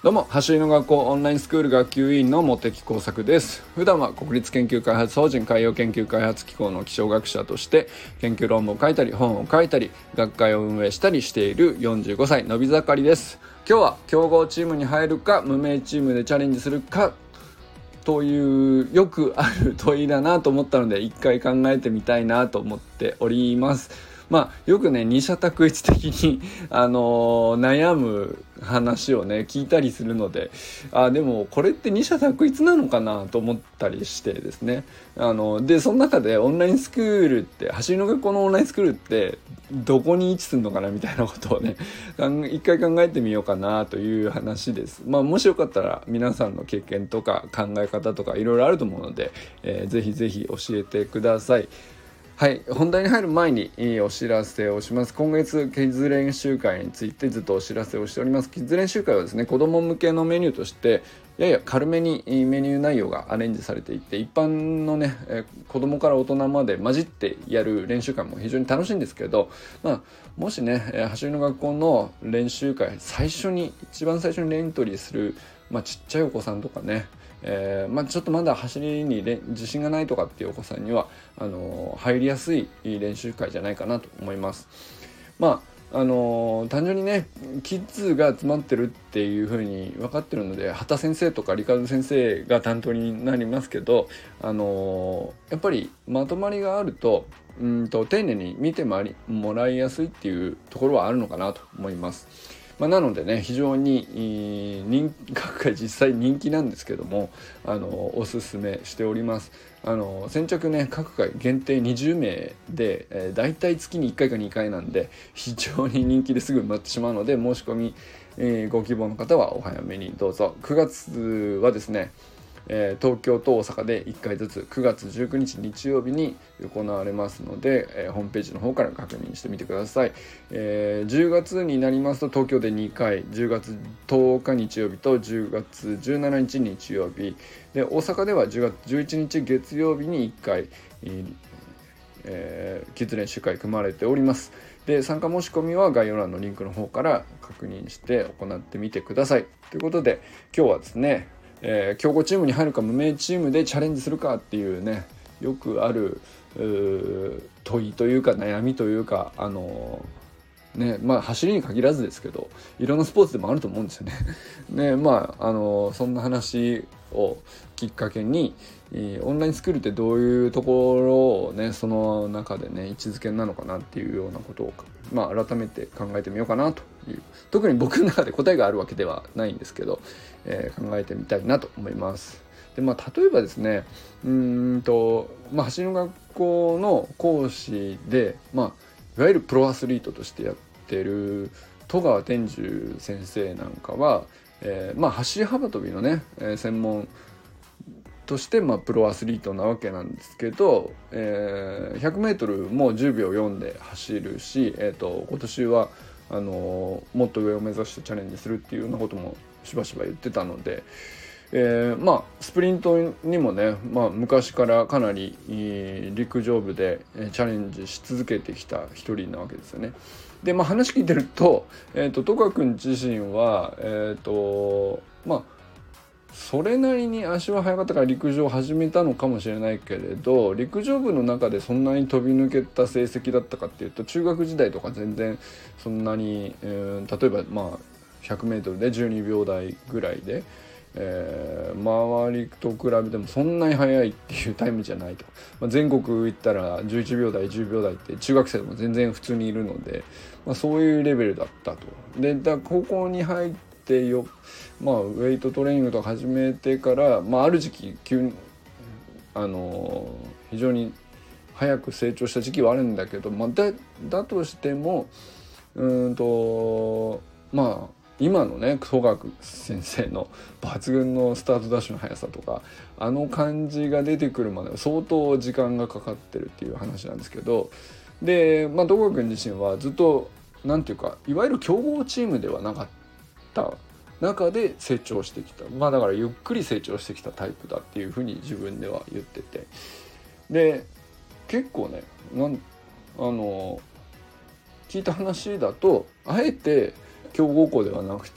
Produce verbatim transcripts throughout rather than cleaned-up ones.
どうも、走りの学校オンラインスクール学級委員の茂木耕作です。普段は国立研究開発法人海洋研究開発機構の気象学者として研究論文を書いたり本を書いたり学会を運営したりしているよんじゅうごさいのび盛りです。今日は強豪チームに入るか無名チームでチャレンジするかというよくある問いだなと思ったので一回考えてみたいなと思っております。まあ、よくね二者択一的に、あのー、悩む話をね聞いたりするので、あでもこれって二者択一なのかなと思ったりしてですね、あのでその中でオンラインスクールって走りの学校のオンラインスクールってどこに位置するのかなみたいなことをね一回考えてみようかなという話です。まあもしよかったら皆さんの経験とか考え方とかいろいろあると思うので、えー、ぜひぜひ教えてください。はい、本題に入る前にお知らせをします。今月キッズ練習会についてずっとお知らせをしております。キッズ練習会はですね、子ども向けのメニューとしてやや軽めにメニュー内容がアレンジされていて、一般のね子どもから大人まで混じってやる練習会も非常に楽しいんですけど、まあ、もしね走りの学校の練習会最初に一番最初にエントリーする、まあ、ちっちゃいお子さんとかね、えーまあ、ちょっとまだ走りに自信がないとかっていうお子さんにはあのー、入りやすい練習会じゃないかなと思います。まああのー、単純にねキッズが集まってるっていう風に分かってるので畑先生とか理科先生が担当になりますけど、あのー、やっぱりまとまりがあるとうんと丁寧に見てもらいやすいっていうところはあるのかなと思います。まあ、なのでね非常に人各回実際人気なんですけども、あのおすすめしております。あの先着ね各回限定にじゅうめいで、えー、だいたい月にいっかいかにかいなんで非常に人気ですぐ埋まってしまうので申し込み、えー、ご希望の方はお早めにどうぞ。くがつはですねえー、東京と大阪でいっかいずつくがつじゅうくにち日曜日に行われますので、えー、ホームページの方から確認してみてください。えー、じゅうがつになりますと東京でにかい、じゅうがつとおか日曜日とじゅうがつじゅうしちにち日曜日で、大阪ではじゅうがつじゅういちにち月曜日にいっかい、えー、キッズ練習会組まれております。で参加申し込みは概要欄のリンクの方から確認して行ってみてください。ということで今日はですねえー、強豪チームに入るか無名チームでチャレンジするかっていうねよくある問いというか悩みというか、あのー、ねまあ走りに限らずですけどいろんなスポーツでもあると思うんですよね。ねまああのー、そんな話をきっかけにオンラインスクールってどういうところをねその中でね位置づけなのかなっていうようなことを、まあ、改めて考えてみようかなという、特に僕の中で答えがあるわけではないんですけど、えー、考えてみたいなと思います。でまあ、例えばですねうーんと、まあ、走りの学校の講師で、まあ、いわゆるプロアスリートとしてやってる戸川天寿先生なんかは、えーまあ、走り幅跳びのね、えー、専門として、まあ、プロアスリートなわけなんですけど、えー、ひゃくメートルもじゅうびょうよんで走るし、えーと、今年はあのー、もっと上を目指してチャレンジするっていうようなこともしばしば言ってたので、えー、まあスプリントにもね、まあ、昔からかなり陸上部でチャレンジし続けてきた一人なわけですよね。で、まあ、話聞いてると、えーと、戸川君自身はえっ、ー、とまあそれなりに足は速かったから陸上を始めたのかもしれないけれど、陸上部の中でそんなに飛び抜けた成績だったかっていうと中学時代とか全然そんなに、えー、例えばまあ ひゃくメートル でじゅうにびょうだいぐらいで、えー、周りと比べてもそんなに速いっていうタイムじゃないと、まあ、全国行ったらじゅういちびょうだいじゅうびょうだいって中学生でも全然普通にいるので、まあ、そういうレベルだったと。でだ高校に入ってよまあ、ウェイトトレーニングとか始めてから、まあ、ある時期急に、あのー、非常に早く成長した時期はあるんだけど、まあ、だ, だとしてもうんとまあ今のね戸川先生の抜群のスタートダッシュの速さとかあの感じが出てくるまでは相当時間がかかってるっていう話なんですけど、で、まあ、戸川君自身はずっとなんていうかいわゆる強豪チームではなかった中で成長してきた、まあだからゆっくり成長してきたタイプだっていうふうに自分では言ってて、で結構ねなんあの聞いた話だとあえて強豪校ではなくて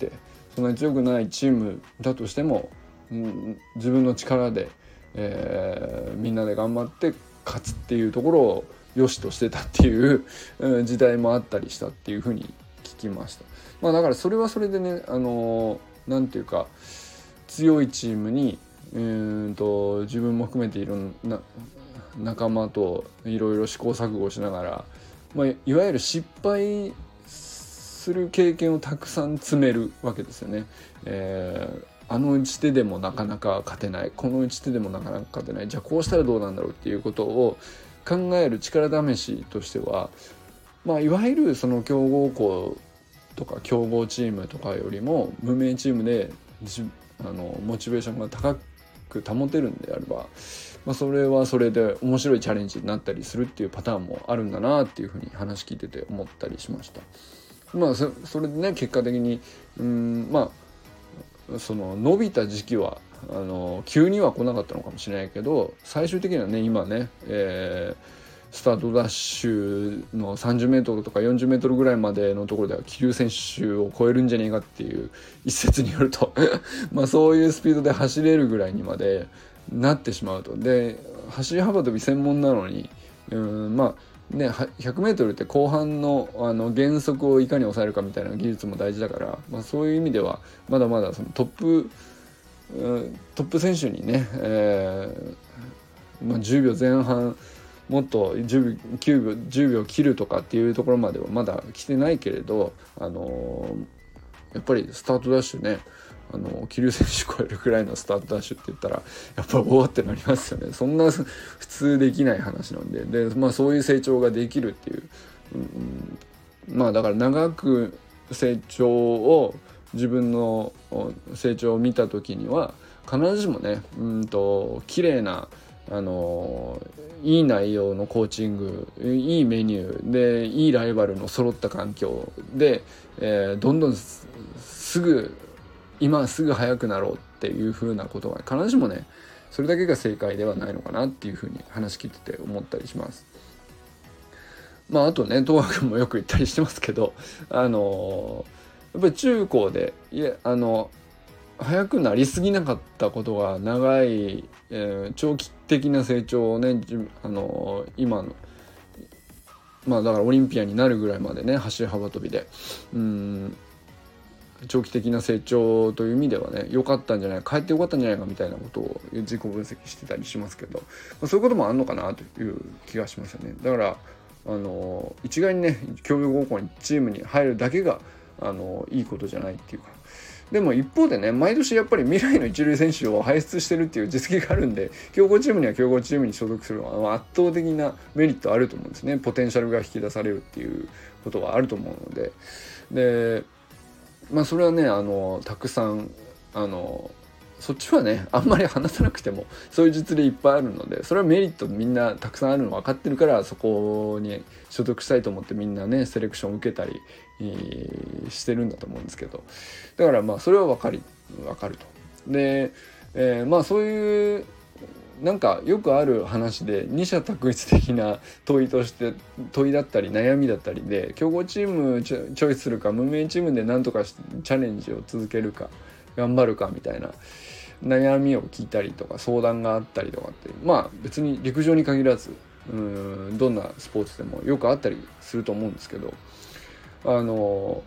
そんなに強くないチームだとしても、うん、自分の力で、えー、みんなで頑張って勝つっていうところを良しとしてたっていう、うん、時代もあったりしたっていうふうに聞きました。まあだからそれはそれでね、あのー、なんていうか強いチームにうんと自分も含めていろんな仲間といろいろ試行錯誤しながら、まあ、いわゆる失敗する経験をたくさん積めるわけですよね。えー、あの打ち手でもなかなか勝てない、この打ち手でもなかなか勝てない、じゃあこうしたらどうなんだろうっていうことを考える力試しとしては、まあ、いわゆるその強豪校とか強豪チームとかよりも無名チームであのモチベーションが高く保てるんであれば、まあ、それはそれで面白いチャレンジになったりするっていうパターンもあるんだなっていうふうに話聞いてて思ったりしました。まあ そ, それでね結果的にうんまあその伸びた時期はあの急には来なかったのかもしれないけど、最終的にはね今ね、えースタートダッシュのさんじゅうメートルとかよんじゅうメートルぐらいまでのところでは桐生選手を超えるんじゃねえかっていう一説によるとまあそういうスピードで走れるぐらいにまでなってしまうと。で走り幅跳び専門なのにうんまあね、ひゃくメートルって後半 の, あの減速をいかに抑えるかみたいな技術も大事だから、まあ、そういう意味ではまだまだそのトップトップ選手にね、えーまあ、じゅうびょうぜん半もっとじゅうびょうきゅうびょうじゅうびょう切るとかっていうところまではまだ来てないけれど、あのー、やっぱりスタートダッシュね、あの桐生選手超えるくらいのスタートダッシュって言ったらやっぱおおってなりますよね。そんな普通できない話なんで、で、まあ、そういう成長ができるっていう、うん、まあだから長く成長を自分の成長を見た時には必ずしもねうんと綺麗なあのいい内容のコーチング、いいメニューでいいライバルの揃った環境で、えー、どんどんすぐ今すぐ速くなろうっていう風なことが必ずしもねそれだけが正解ではないのかなっていう風に話聞いてて思ったりします。まああとね東亜君もよく言ったりしてますけど、あのやっぱり中高でいやあの速くなりすぎなかったことが長い、えー、長期的な成長をねあの今のまあだからオリンピアになるぐらいまでね走り幅跳びでうん長期的な成長という意味ではね良かったんじゃないか、帰って良かったんじゃないかみたいなことを自己分析してたりしますけど、まあ、そういうこともあるのかなという気がしますよね。だからあの一概にね強豪高校にチームに入るだけがあのいいことじゃないっていうか、でも一方でね毎年やっぱり未来の一流選手を輩出してるっていう実績があるんで、強豪チームには強豪チームに所属するのは圧倒的なメリットあると思うんですね。ポテンシャルが引き出されるっていうことはあると思うので、でまあそれはねあのたくさんあのそっちはねあんまり話さなくてもそういう実例いっぱいあるので、それはメリットみんなたくさんあるの分かってるからそこに所属したいと思ってみんなねセレクション受けたり、えー、してるんだと思うんですけど、だからまあそれは分かり分かると。で、えー、まあそういうなんかよくある話で二者択一的な問いとして問いだったり悩みだったりで、強豪チームチョイスするか無名チームで何とかチャレンジを続けるか頑張るかみたいな悩みを聞いたりとか相談があったりとかって、まあ別に陸上に限らずうんどんなスポーツでもよくあったりすると思うんですけど、あの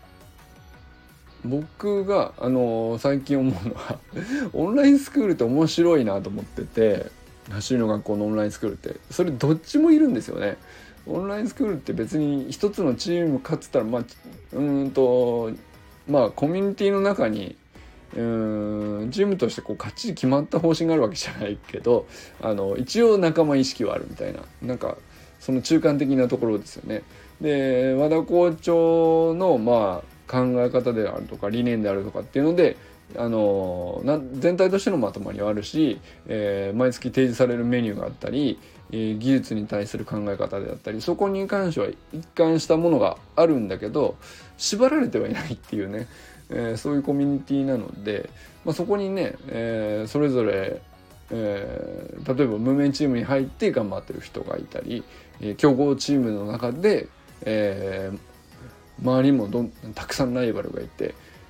僕があの最近思うのはオンラインスクールって面白いなと思ってて、走りの学校のオンラインスクールってそれどっちもいるんですよね。オンラインスクールって別に一つのチーム勝つったらまあうーんとまあコミュニティの中にうーんチームとしてこう勝ち決まった方針があるわけじゃないけど、あの一応仲間意識はあるみたいな、なんかその中間的なところですよね。で和田校長のまあ考え方であるとか理念であるとかっていうのであのな全体としてのまとまりはあるし、えー、毎月提示されるメニューがあったり、えー、技術に対する考え方であったり、そこに関しては一貫したものがあるんだけど縛られてはいないっていうね、えー、そういうコミュニティなので、まあ、そこにね、えー、それぞれ、えー、例えば無名チームに入って頑張ってる人がいたり、えー、強豪チームの中で、えー周りもどんたくさんライバルがいて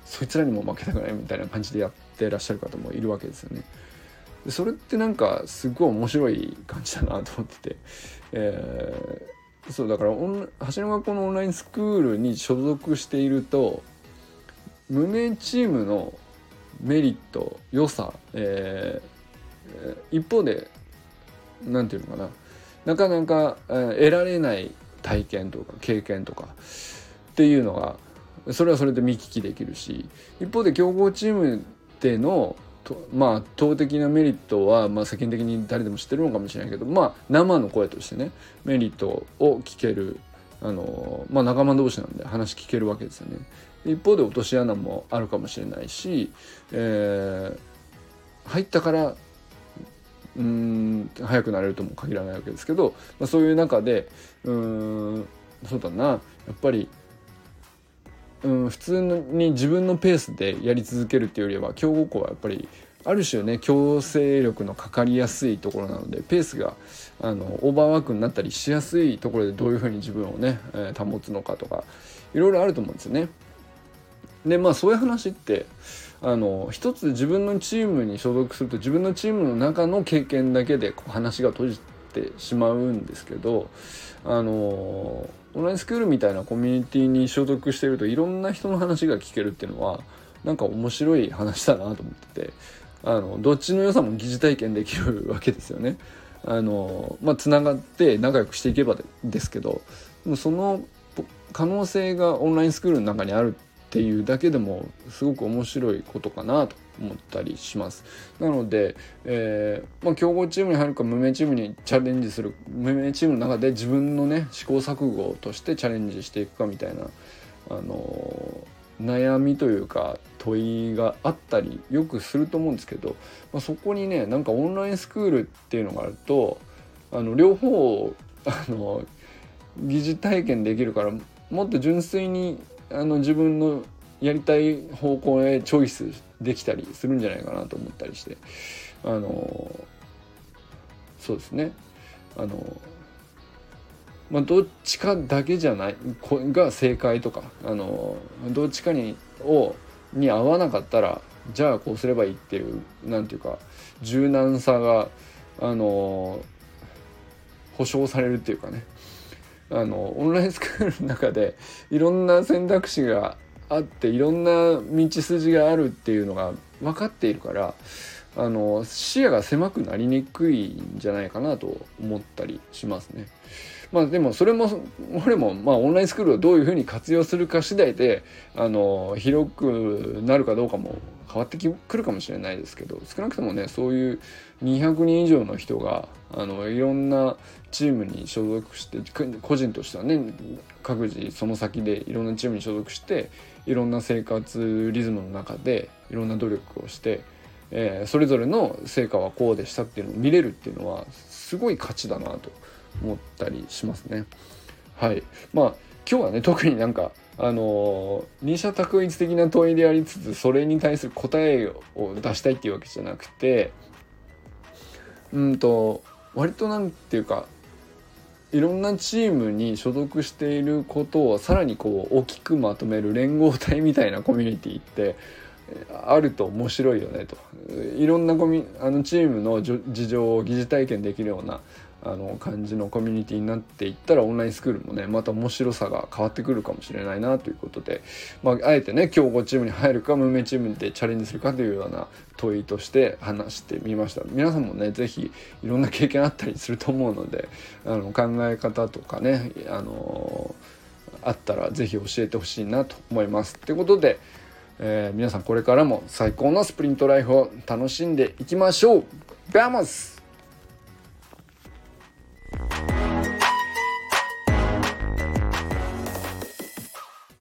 そいつらにも負けたくないみたいな感じでやってらっしゃる方もいるわけですよね。でそれってなんかすごい面白い感じだなと思ってて、えー、そうだからオン橋の学校のオンラインスクールに所属していると無名チームのメリット良さ、えー、一方でなんていうのかななかなか、えー、得られない体験とか経験とかっていうのがそれはそれで見聞きできるし、一方で強豪チームでのまあ圧倒的なメリットは、まあ、世間的に誰でも知ってるのかもしれないけど、まあ生の声としてねメリットを聞ける、あの、まあ、仲間同士なんで話聞けるわけですよね。一方で落とし穴もあるかもしれないし、えー、入ったからうーん早くなれるとも限らないわけですけど、まあ、そういう中でうーんそうだなやっぱりうん、普通に自分のペースでやり続けるっていうよりは強豪校はやっぱりある種ね強制力のかかりやすいところなのでペースがあのオーバーワークになったりしやすいところでどういうふうに自分をね、えー、保つのかとかいろいろあると思うんですよね。でまあそういう話ってあの一つ自分のチームに所属すると自分のチームの中の経験だけでこう話が閉じてしまうんですけど、あのオンラインスクールみたいなコミュニティに所属しているといろんな人の話が聞けるっていうのはなんか面白い話だなと思ってて、あのどっちの良さも疑似体験できるわけですよね。あのまあつながって仲良くしていけばですけど、でもその可能性がオンラインスクールの中にあるっていうだけでもすごく面白いことかなと思ったりします。なので、えーまあ、強豪チームに入るか無名チームにチャレンジする、無名チームの中で自分のね試行錯誤としてチャレンジしていくかみたいな、あのー、悩みというか問いがあったりよくすると思うんですけど、まあ、そこにねなんかオンラインスクールっていうのがあるとあの両方あの疑似体験できるからもっと純粋にあの自分のやりたい方向へチョイスできたりするんじゃないかなと思ったりして、あのそうですねあのまあどっちかだけじゃないが正解とか、あのどっちかにをに合わなかったらじゃあこうすればいいっていうなんていうか柔軟さがあの保証されるっていうかね、あのオンラインスクールの中でいろんな選択肢があっていろんな道筋があるっていうのが分かっているから、あの視野が狭くなりにくいんじゃないかなと思ったりしますね。まあでもそれも俺もまあオンラインスクールをどういうふうに活用するか次第であの広くなるかどうかも変わってくるかもしれないですけど、少なくともねそういうにひゃくにん以上の人があのいろんなチームに所属して個人としてはね各自その先でいろんなチームに所属していろんな生活リズムの中でいろんな努力をして、えー、それぞれの成果はこうでしたっていうのを見れるっていうのはすごい価値だなと思ったりしますね。はい、まあ今日はね特になんかあのー、二者択一的な問いでありつつそれに対する答えを出したいっていうわけじゃなくて、うんと割となんていうかいろんなチームに所属していることをさらにこう大きくまとめる連合体みたいなコミュニティってあると面白いよねと、いろんなコミあのチームの事情を疑似体験できるようなあの感じのコミュニティになっていったらオンラインスクールもねまた面白さが変わってくるかもしれないなということで、まあ、あえてね強豪チームに入るか無名チームでチャレンジするかというような問いとして話してみました。皆さんもねぜひいろんな経験あったりすると思うのであの考え方とかねあのあったらぜひ教えてほしいなと思います。ということで、えー、皆さんこれからも最高のスプリントライフを楽しんでいきましょう。バモス